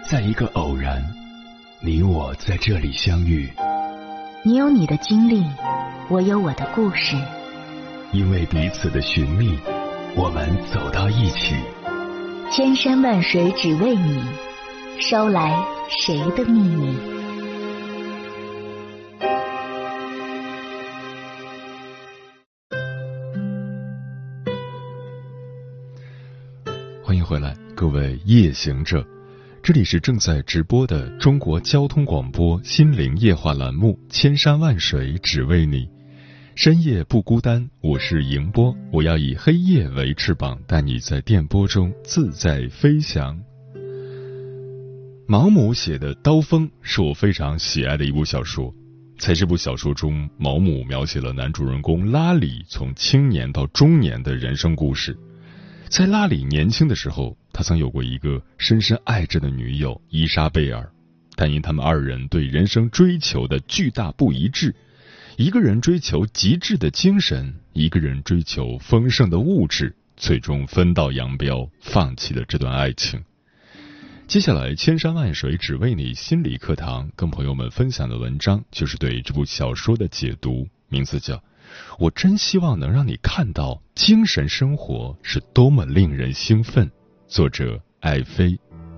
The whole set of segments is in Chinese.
在一个偶然，你我在这里相遇。 你有你的经历，我有我的故事。 因为彼此的寻觅，我们走到一起。 千山万水只为你，捎来谁的秘密？ 欢迎回来，各位夜行者，这里是正在直播的中国交通广播心灵夜话栏目《千山万水只为你》，深夜不孤单，我是迎波，我要以黑夜为翅膀，带你在电波中自在飞翔。毛姆写的《刀锋》是我非常喜爱的一部小说，在这部小说中，毛姆描写了男主人公拉里从青年到中年的人生故事。在拉里年轻的时候，他曾有过一个深深爱着的女友伊莎贝尔，但因他们二人对人生追求的巨大不一致，一个人追求极致的精神，一个人追求丰盛的物质，最终分道扬镳，放弃了这段爱情。接下来，千山万水只为你心理课堂跟朋友们分享的文章，就是对这部小说的解读，名字叫我真希望能让你看到精神生活是多么令人兴奋。作者艾菲。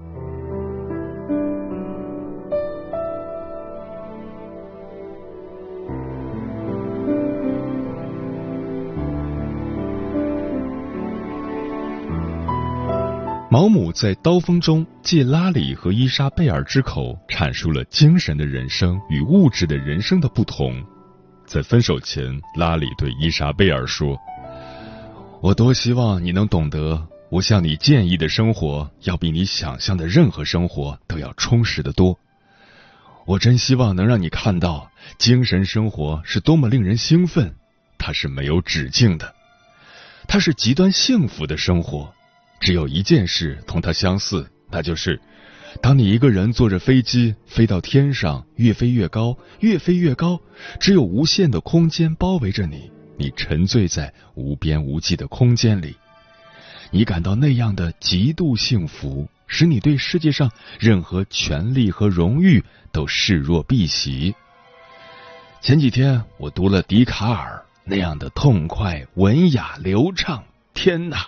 毛姆在《刀锋》中借拉里和伊莎贝尔之口阐述了精神的人生与物质的人生的不同。在分手前，拉里对伊莎贝尔说：我多希望你能懂得，我向你建议的生活要比你想象的任何生活都要充实得多。我真希望能让你看到精神生活是多么令人兴奋，它是没有止境的，它是极端幸福的生活。只有一件事同它相似，那就是当你一个人坐着飞机飞到天上，越飞越高，越飞越高，只有无限的空间包围着你，你沉醉在无边无际的空间里，你感到那样的极度幸福，使你对世界上任何权利和荣誉都视若敝屣。前几天我读了笛卡尔，那样的痛快、文雅、流畅，天哪！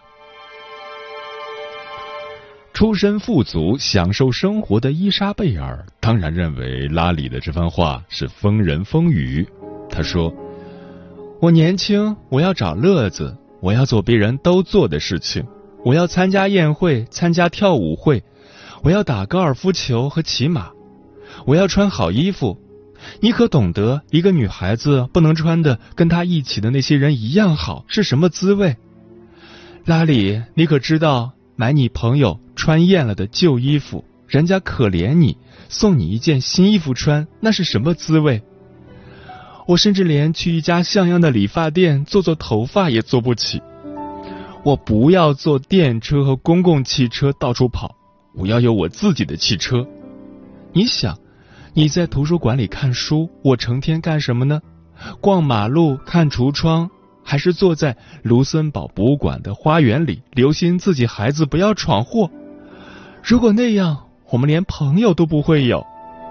出身富足、享受生活的伊莎贝尔当然认为拉里的这番话是风人风语。他说：我年轻，我要找乐子，我要做别人都做的事情，我要参加宴会，参加跳舞会，我要打高尔夫球和骑马，我要穿好衣服。你可懂得一个女孩子不能穿的跟她一起的那些人一样好是什么滋味？拉里，你可知道买你朋友穿厌了的旧衣服，人家可怜你，送你一件新衣服穿，那是什么滋味？我甚至连去一家像样的理发店做做头发也做不起。我不要坐电车和公共汽车到处跑，我要有我自己的汽车。你想，你在图书馆里看书，我成天干什么呢？逛马路、看橱窗，还是坐在卢森堡博物馆的花园里，留心自己孩子不要闯祸？如果那样，我们连朋友都不会有。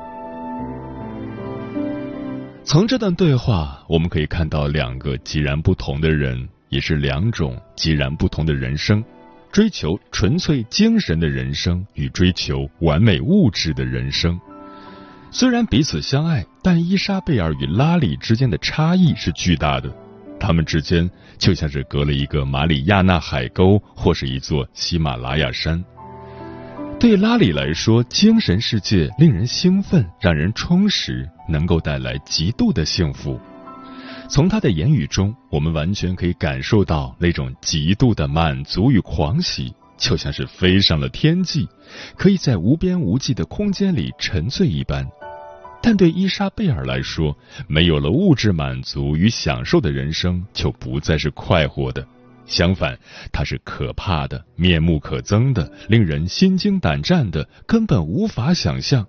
从这段对话，我们可以看到两个截然不同的人，也是两种截然不同的人生：追求纯粹精神的人生与追求完美物质的人生。虽然彼此相爱，但伊莎贝尔与拉里之间的差异是巨大的。他们之间就像是隔了一个马里亚纳海沟，或是一座喜马拉雅山。对拉里来说，精神世界令人兴奋，让人充实，能够带来极度的幸福。从他的言语中，我们完全可以感受到那种极度的满足与狂喜，就像是飞上了天际，可以在无边无际的空间里沉醉一般。但对伊莎贝尔来说，没有了物质满足与享受的人生就不再是快活的，相反，它是可怕的、面目可憎的、令人心惊胆战的，根本无法想象。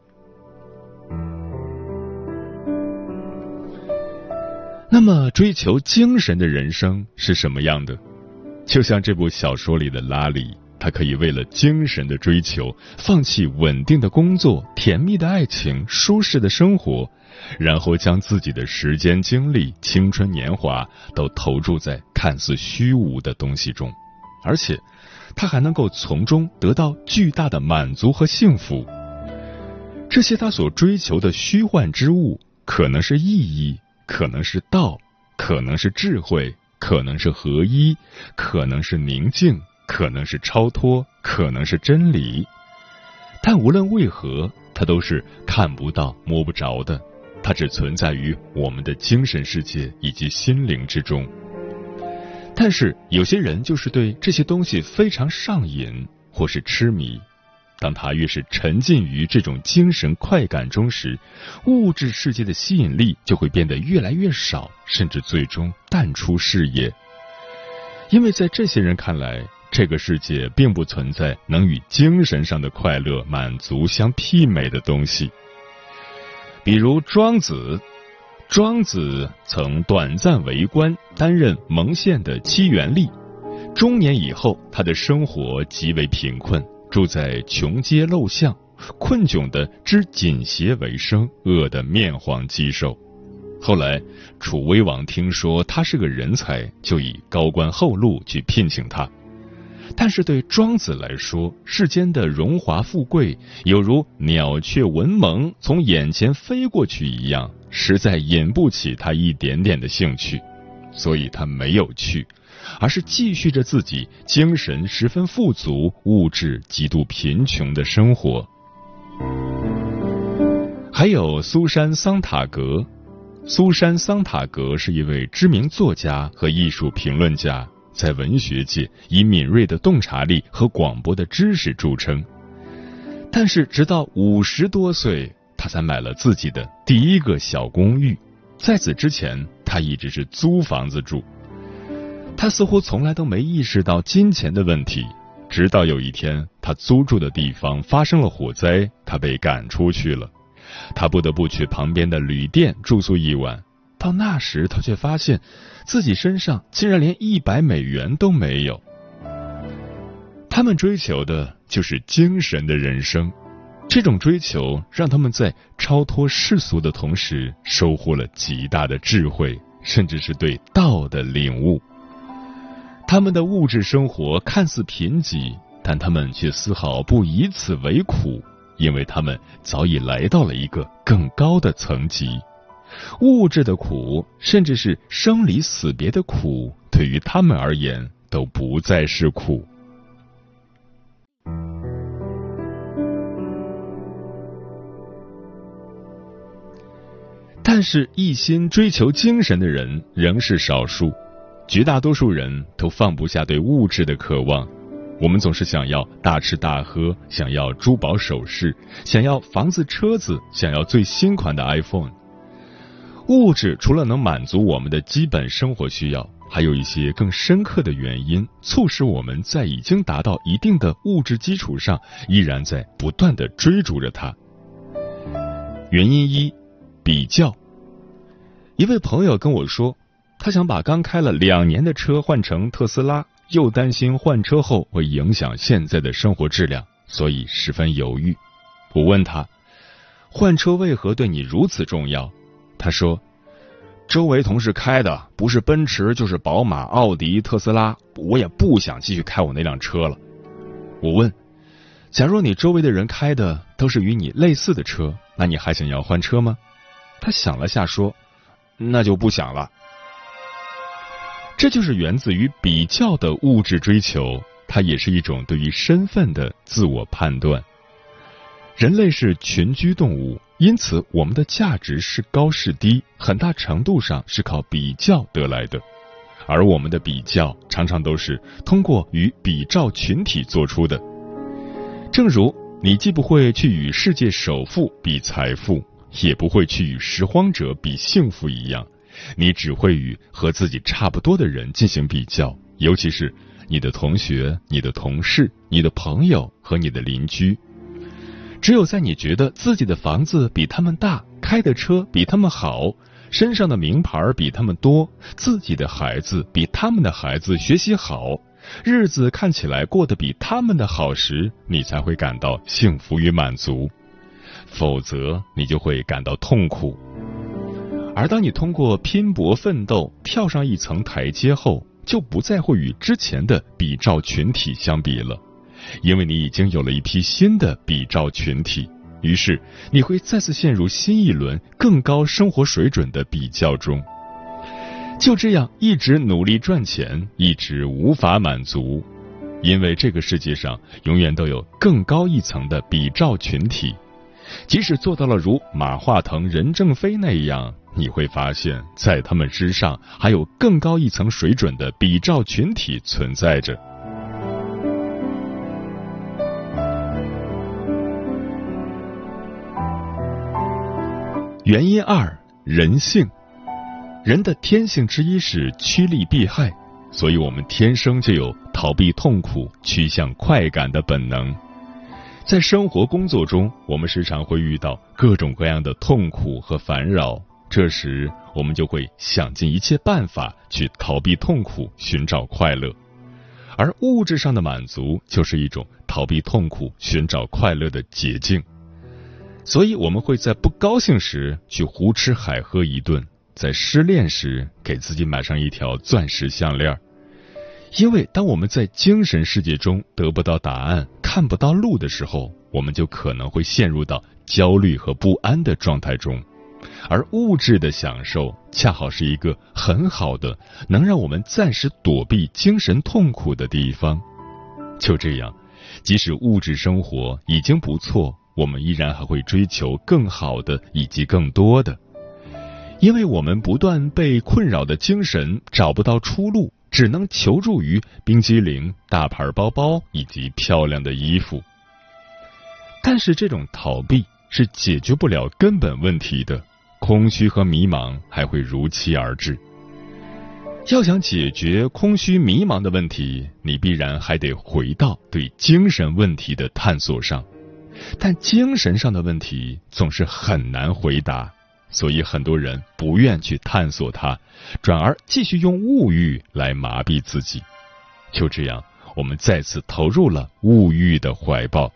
那么，追求精神的人生是什么样的？就像这部小说里的拉里， 他可以为了精神的追求，放弃稳定的工作、甜蜜的爱情、舒适的生活，然后将自己的时间、精力、青春年华都投注在看似虚无的东西中，而且他还能够从中得到巨大的满足和幸福。这些他所追求的虚幻之物，可能是意义，可能是道，可能是智慧，可能是合一，可能是宁静，可能是超脱，可能是真理。但无论为何，它都是看不到、摸不着的，它只存在于我们的精神世界以及心灵之中。但是有些人就是对这些东西非常上瘾，或是痴迷。当他越是沉浸于这种精神快感中时，物质世界的吸引力就会变得越来越少，甚至最终淡出视野。因为在这些人看来，这个世界并不存在能与精神上的快乐满足相媲美的东西。比如庄子曾短暂为官，担任蒙县的七元吏。中年以后，他的生活极为贫困，住在穷街陋巷，困窘的织锦鞋为生，饿得面黄肌瘦。后来楚威王听说他是个人才，就以高官厚禄去聘请他。但是对庄子来说，世间的荣华富贵有如鸟雀蚊虻从眼前飞过去一样，实在引不起他一点点的兴趣，所以他没有去，而是继续着自己精神十分富足、物质极度贫穷的生活。还有苏珊·桑塔格。苏珊·桑塔格是一位知名作家和艺术评论家，在文学界以敏锐的洞察力和广博的知识著称。但是直到50多岁，他才买了自己的第一个小公寓，在此之前，他一直是租房子住。他似乎从来都没意识到金钱的问题，直到有一天，他租住的地方发生了火灾，他被赶出去了。他不得不去旁边的旅店住宿一晚，到那时他却发现自己身上竟然连$100都没有。他们追求的就是精神的人生，这种追求让他们在超脱世俗的同时，收获了极大的智慧，甚至是对道的领悟。他们的物质生活看似贫瘠，但他们却丝毫不以此为苦，因为他们早已来到了一个更高的层级。物质的苦，甚至是生离死别的苦，对于他们而言都不再是苦。但是一心追求精神的人仍是少数，绝大多数人都放不下对物质的渴望。我们总是想要大吃大喝，想要珠宝首饰，想要房子车子，想要最新款的 iPhone。 物质除了能满足我们的基本生活需要，还有一些更深刻的原因，促使我们在已经达到一定的物质基础上，依然在不断地追逐着它。原因一，比较。一位朋友跟我说，他想把刚开了2年的车换成特斯拉，又担心换车后会影响现在的生活质量，所以十分犹豫。我问他，换车为何对你如此重要？他说，周围同事开的不是奔驰就是宝马、奥迪、特斯拉，我也不想继续开我那辆车了。我问，假如你周围的人开的都是与你类似的车，那你还想要换车吗？他想了下说，那就不想了。这就是源自于比较的物质追求，它也是一种对于身份的自我判断。人类是群居动物，因此我们的价值是高是低，很大程度上是靠比较得来的。而我们的比较常常都是通过与比照群体做出的。正如你既不会去与世界首富比财富，也不会去与拾荒者比幸福一样，你只会与和自己差不多的人进行比较，尤其是你的同学、你的同事、你的朋友和你的邻居。只有在你觉得自己的房子比他们大，开的车比他们好，身上的名牌比他们多，自己的孩子比他们的孩子学习好， 日子看起来过得比他们的好时，你才会感到幸福与满足，否则你就会感到痛苦。而当你通过拼搏奋斗跳上一层台阶后，就不再会与之前的比照群体相比了，因为你已经有了一批新的比照群体，于是你会再次陷入新一轮更高生活水准的比较中。就这样一直努力赚钱，一直无法满足，因为这个世界上永远都有更高一层的比照群体。即使做到了如马化腾、任正非那样，你会发现在他们之上还有更高一层水准的比照群体存在着。原因二，人性。人的天性之一是趋利避害，所以我们天生就有逃避痛苦、趋向快感的本能。在生活工作中，我们时常会遇到各种各样的痛苦和烦扰，这时我们就会想尽一切办法去逃避痛苦，寻找快乐。而物质上的满足就是一种逃避痛苦、寻找快乐的捷径。所以我们会在不高兴时去胡吃海喝一顿，在失恋时给自己买上一条钻石项链。因为当我们在精神世界中得不到答案、看不到路的时候，我们就可能会陷入到焦虑和不安的状态中，而物质的享受恰好是一个很好的能让我们暂时躲避精神痛苦的地方。就这样，即使物质生活已经不错，我们依然还会追求更好的以及更多的，因为我们不断被困扰的精神找不到出路，只能求助于冰激凌、大牌包包以及漂亮的衣服。但是这种逃避是解决不了根本问题的，空虚和迷茫还会如期而至。要想解决空虚迷茫的问题，你必然还得回到对精神问题的探索上，但精神上的问题总是很难回答，所以很多人不愿去探索它，转而继续用物欲来麻痹自己。就这样，我们再次投入了物欲的怀抱。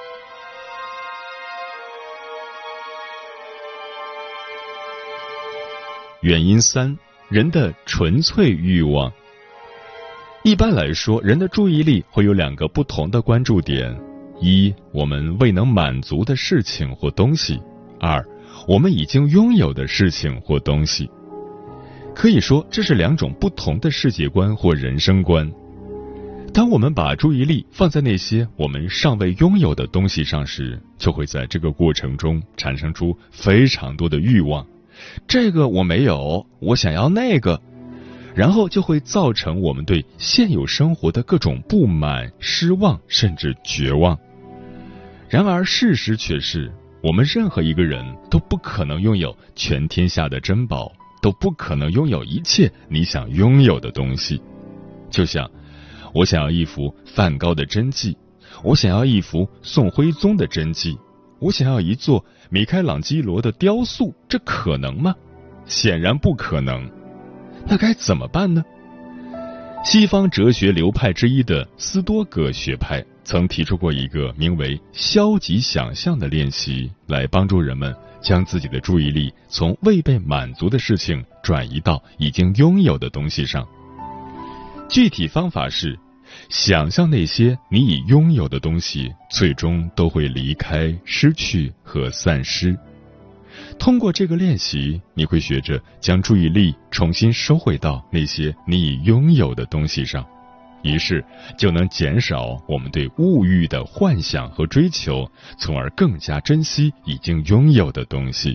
原因三，人的纯粹欲望。一般来说，人的注意力会有两个不同的关注点：一，我们未能满足的事情或东西；二，我们已经拥有的事情或东西。可以说，这是两种不同的世界观或人生观。当我们把注意力放在那些我们尚未拥有的东西上时，就会在这个过程中产生出非常多的欲望。这个我没有，我想要那个，然后就会造成我们对现有生活的各种不满、失望，甚至绝望。然而事实却是，我们任何一个人都不可能拥有全天下的珍宝，都不可能拥有一切你想拥有的东西。就像我想要一幅梵高的真迹，我想要一幅宋徽宗的真迹，我想要一座米开朗基罗的雕塑，这可能吗？显然不可能。那该怎么办呢？西方哲学流派之一的斯多葛学派曾提出过一个名为消极想象的练习，来帮助人们将自己的注意力从未被满足的事情转移到已经拥有的东西上。具体方法是，想象那些你已拥有的东西最终都会离开、失去和散失。通过这个练习，你会学着将注意力重新收回到那些你已拥有的东西上，于是就能减少我们对物欲的幻想和追求，从而更加珍惜已经拥有的东西。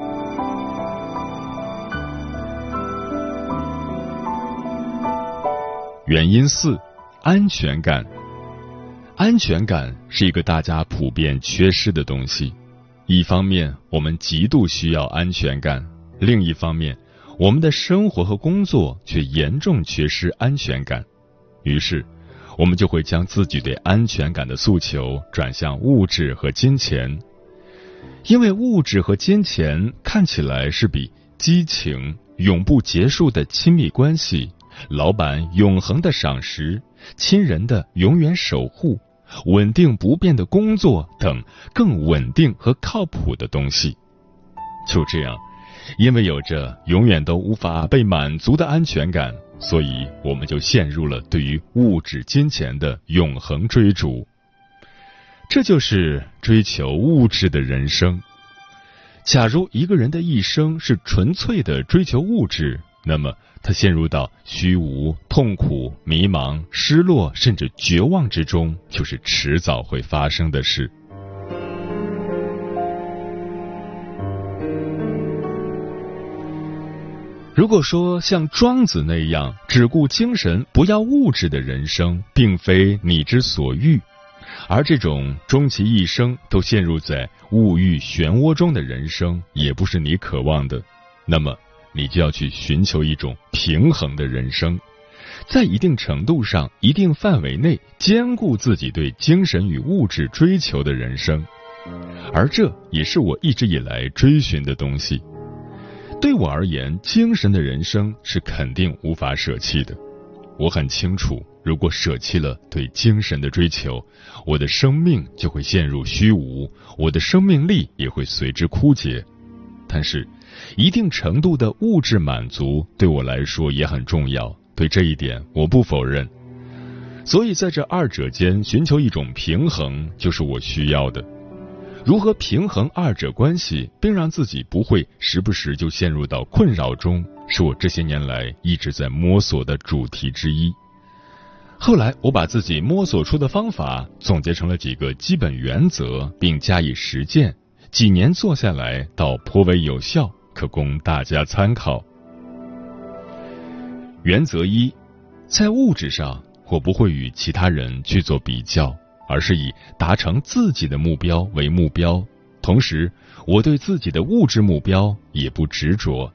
原因四，安全感。安全感是一个大家普遍缺失的东西。一方面，我们极度需要安全感；另一方面，我们的生活和工作却严重缺失安全感。于是，我们就会将自己对安全感的诉求转向物质和金钱，因为物质和金钱看起来是比激情、永不结束的亲密关系老板永恒的赏识，亲人的永远守护，稳定不变的工作等更稳定和靠谱的东西。就这样，因为有着永远都无法被满足的安全感，所以我们就陷入了对于物质金钱的永恒追逐。这就是追求物质的人生。假如一个人的一生是纯粹的追求物质，那么他陷入到虚无、痛苦、迷茫、失落甚至绝望之中，就是迟早会发生的事。如果说像庄子那样只顾精神不要物质的人生并非你之所欲，而这种终其一生都陷入在物欲漩涡中的人生也不是你渴望的，那么你就要去寻求一种平衡的人生，在一定程度上、一定范围内兼顾自己对精神与物质追求的人生，而这也是我一直以来追寻的东西。对我而言，精神的人生是肯定无法舍弃的。我很清楚，如果舍弃了对精神的追求，我的生命就会陷入虚无，我的生命力也会随之枯竭。但是，一定程度的物质满足对我来说也很重要，对这一点我不否认。所以在这二者间寻求一种平衡，就是我需要的。如何平衡二者关系，并让自己不会时不时就陷入到困扰中，是我这些年来一直在摸索的主题之一。后来我把自己摸索出的方法总结成了几个基本原则，并加以实践，几年做下来倒颇为有效，可供大家参考。原则一，在物质上，我不会与其他人去做比较，而是以达成自己的目标为目标，同时我对自己的物质目标也不执着。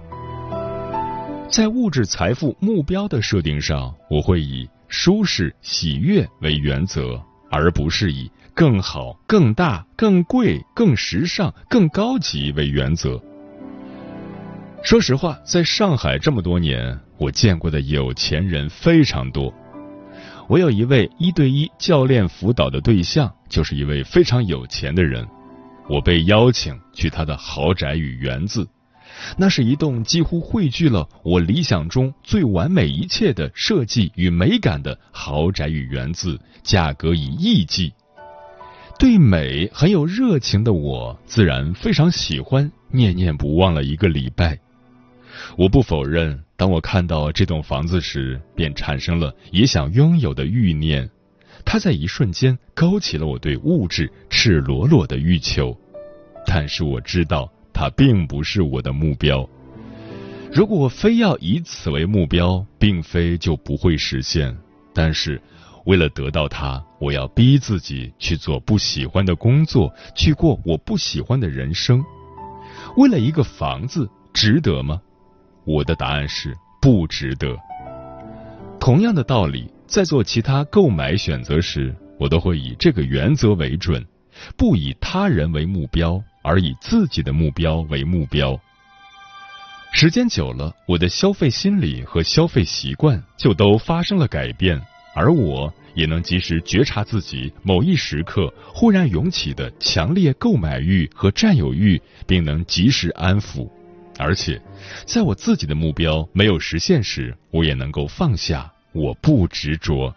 在物质财富目标的设定上，我会以舒适喜悦为原则，而不是以更好、更大、更贵、更时尚、更高级为原则。说实话，在上海这么多年，我见过的有钱人非常多。我有一位1对1教练辅导的对象，就是一位非常有钱的人。我被邀请去他的豪宅与园子，那是一栋几乎汇聚了我理想中最完美一切的设计与美感的豪宅与园子，价格以亿计。对美很有热情的我，自然非常喜欢，念念不忘了1个礼拜。我不否认，当我看到这栋房子时，便产生了也想拥有的欲念。它在一瞬间勾起了我对物质赤裸裸的欲求，但是我知道它并不是我的目标。如果我非要以此为目标，并非就不会实现，但是为了得到它，我要逼自己去做不喜欢的工作，去过我不喜欢的人生。为了一个房子，值得吗？我的答案是不值得。同样的道理，在做其他购买选择时，我都会以这个原则为准，不以他人为目标，而以自己的目标为目标。时间久了，我的消费心理和消费习惯就都发生了改变，而我也能及时觉察自己某一时刻忽然涌起的强烈购买欲和占有欲，并能及时安抚。而且，在我自己的目标没有实现时，我也能够放下，我不执着。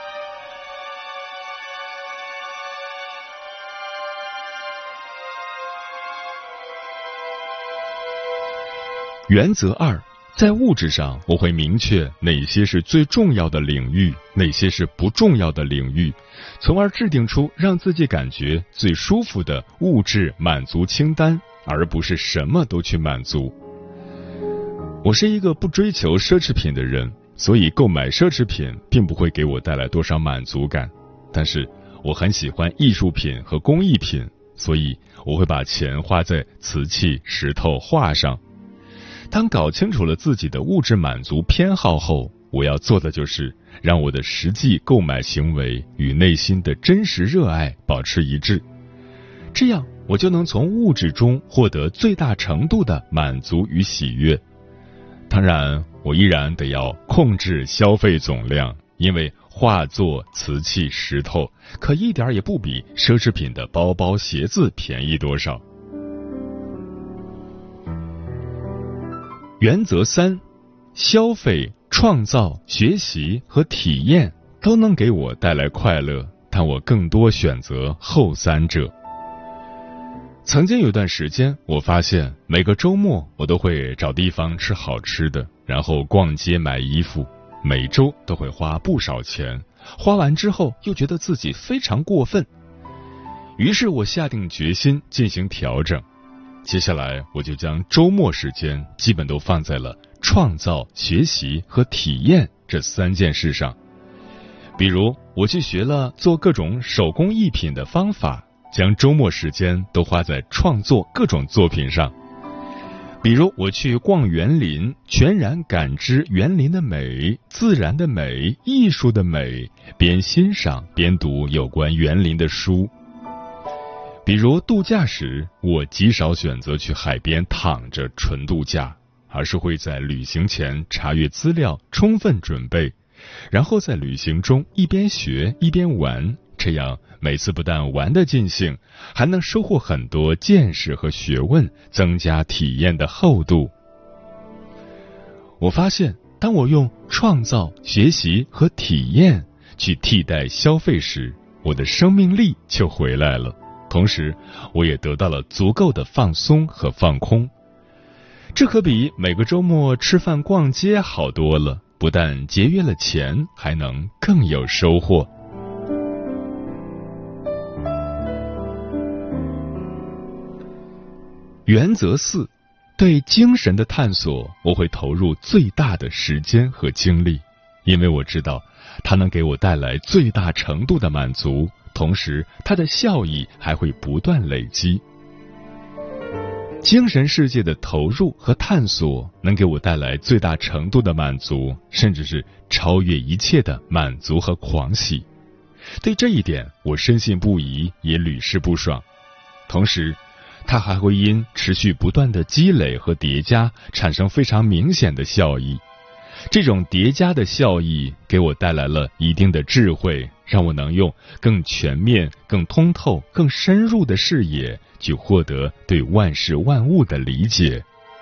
原则2，在物质上，我会明确哪些是最重要的领域，哪些是不重要的领域，从而制定出让自己感觉最舒服的物质满足清单，而不是什么都去满足。我是一个不追求奢侈品的人，所以购买奢侈品并不会给我带来多少满足感。但是我很喜欢艺术品和工艺品，所以我会把钱花在瓷器、石头、画上。当搞清楚了自己的物质满足偏好后，我要做的就是让我的实际购买行为与内心的真实热爱保持一致，这样我就能从物质中获得最大程度的满足与喜悦。当然， 我依然得要控制消费总量，因为画作、瓷器、石头可一点也不比奢侈品的包包、鞋子便宜多少。原则3：消费、创造、学习和体验都能给我带来快乐，但我更多选择后3者。曾经有段时间，我发现每个周末我都会找地方吃好吃的，然后逛街买衣服，每周都会花不少钱，花完之后又觉得自己非常过分。于是我下定决心进行调整，接下来我就将周末时间基本都放在了创造、学习和体验这3件事上。比如我去学了做各种手工艺品的方法，将周末时间都花在创作各种作品上。比如我去逛园林，全然感知园林的美、自然的美、艺术的美，边欣赏边读有关园林的书。比如度假时，我极少选择去海边躺着纯度假，而是会在旅行前查阅资料，充分准备，然后在旅行中一边学一边玩，这样每次不但玩得尽兴，还能收获很多见识和学问，增加体验的厚度。我发现，当我用创造、学习和体验去替代消费时，我的生命力就回来了，同时我也得到了足够的放松和放空。这可比每个周末吃饭逛街好多了，不但节约了钱，还能更有收获。原则4：对精神的探索，我会投入最大的时间和精力，因为我知道它能给我带来最大程度的满足，同时它的效益还会不断累积。精神世界的投入和探索能给我带来最大程度的满足，甚至是超越一切的满足和狂喜。对这一点我深信不疑，也屡试不爽。同时它还会因持续不断的积累和叠加产生非常明显的效益。这种叠加的效益给我带来了一定的智慧，让我能用更全面、更通透、更深入的视野去获得对万事万物的理解。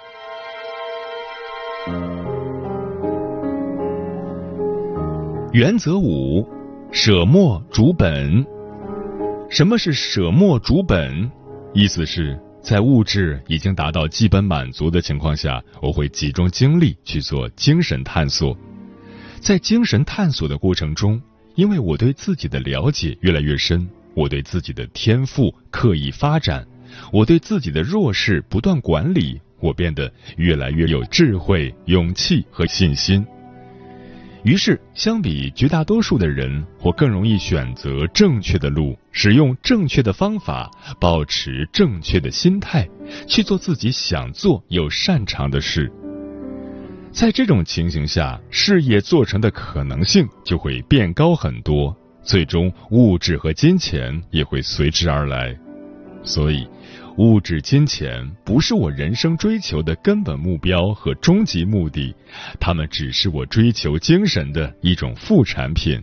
原则5：舍墨逐本。什么是舍墨逐本？意思是在物质已经达到基本满足的情况下，我会集中精力去做精神探索。在精神探索的过程中，因为我对自己的了解越来越深，我对自己的天赋刻意发展，我对自己的弱势不断管理，我变得越来越有智慧、勇气和信心。于是相比绝大多数的人，我更容易选择正确的路，使用正确的方法，保持正确的心态，去做自己想做又擅长的事。在这种情形下，事业做成的可能性就会变高很多，最终物质和金钱也会随之而来。所以物质金钱不是我人生追求的根本目标和终极目的，它们只是我追求精神的一种副产品。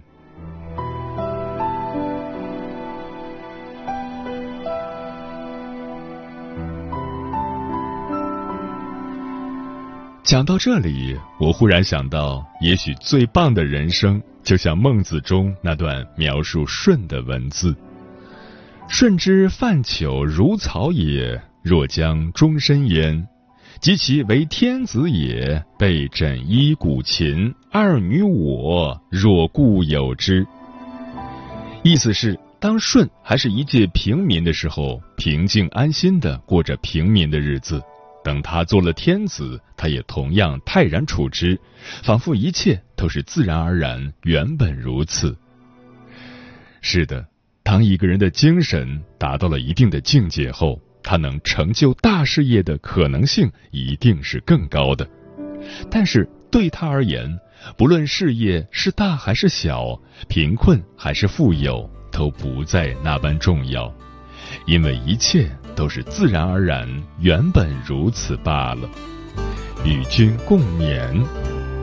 讲到这里，我忽然想到，也许最棒的人生就像孟子中那段描述舜的文字：舜之犯糗如草也，若将终身焉。及其为天子也，被枕衣鼓琴，二女我，若固有之。意思是，当舜还是一介平民的时候，平静安心地过着平民的日子。等他做了天子，他也同样泰然处之，仿佛一切都是自然而然，原本如此。是的，当一个人的精神达到了一定的境界后，他能成就大事业的可能性一定是更高的。但是对他而言，不论事业是大还是小，贫困还是富有，都不再那般重要，因为一切都是自然而然，原本如此罢了。与君共勉。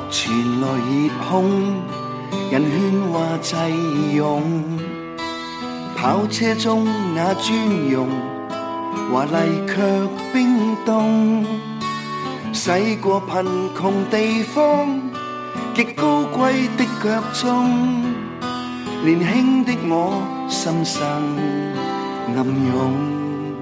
傳來熱烘，人喧嘩擠擁，跑車中那尊容，華麗卻冰凍。駛過貧窮地方，極高貴的腳蹤，年輕的我心生暗湧。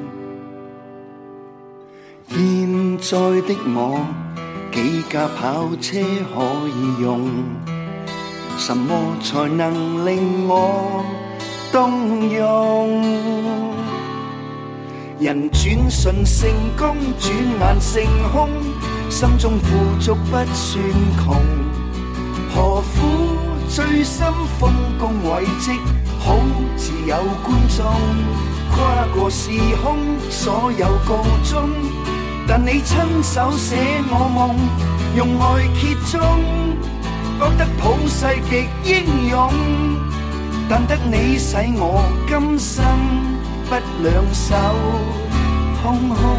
現在的我，幾架跑車可以用，什麼才能令我動容？人轉瞬成功，轉眼成空，心中富足不算窮。何苦醉心豐功偉績，好自有觀眾。跨過時空，所有告終。但你親手寫我夢，用愛揭盅，覺得普世極英勇。但得你使我今生不兩手空空。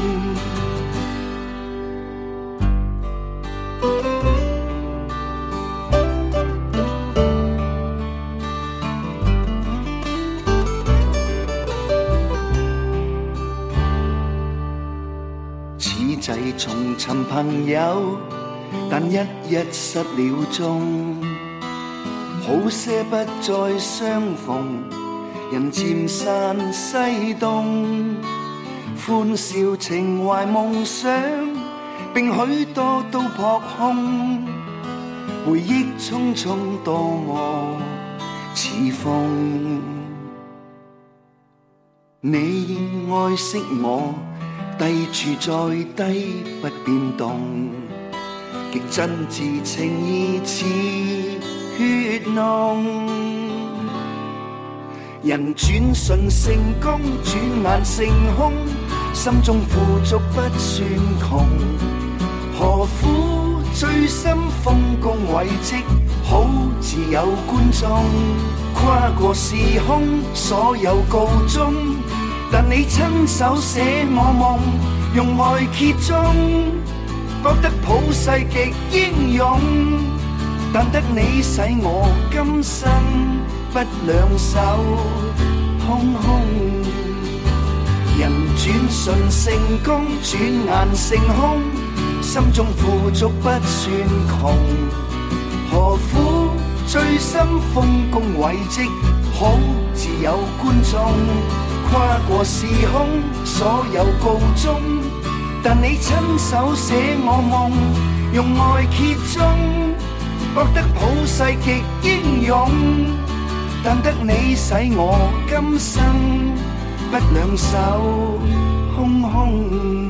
此際重尋朋友，但一日失了蹤。好些不再相逢，人漸散西東。歡笑情懷夢想，並許多都撲空。回憶匆匆墮我似風。你愛惜我，低處再低不變動，極真摯情意似血濃。人轉瞬成功，轉眼成空，心中富足不算窮。何苦醉心豐功偉績，好自有觀眾。跨過時空，所有告終。但你親手寫我夢，用愛揭盅，覺得普世極英勇。但得你使我今生不兩手空空。人轉瞬成功，轉眼成空，心中富足不算窮。何苦醉心豐功偉績，好自有觀眾。跨過時空，所有告終。但你親手寫我夢，用愛揭盅，覺得普世極英勇。但得你使我今生不兩手空空。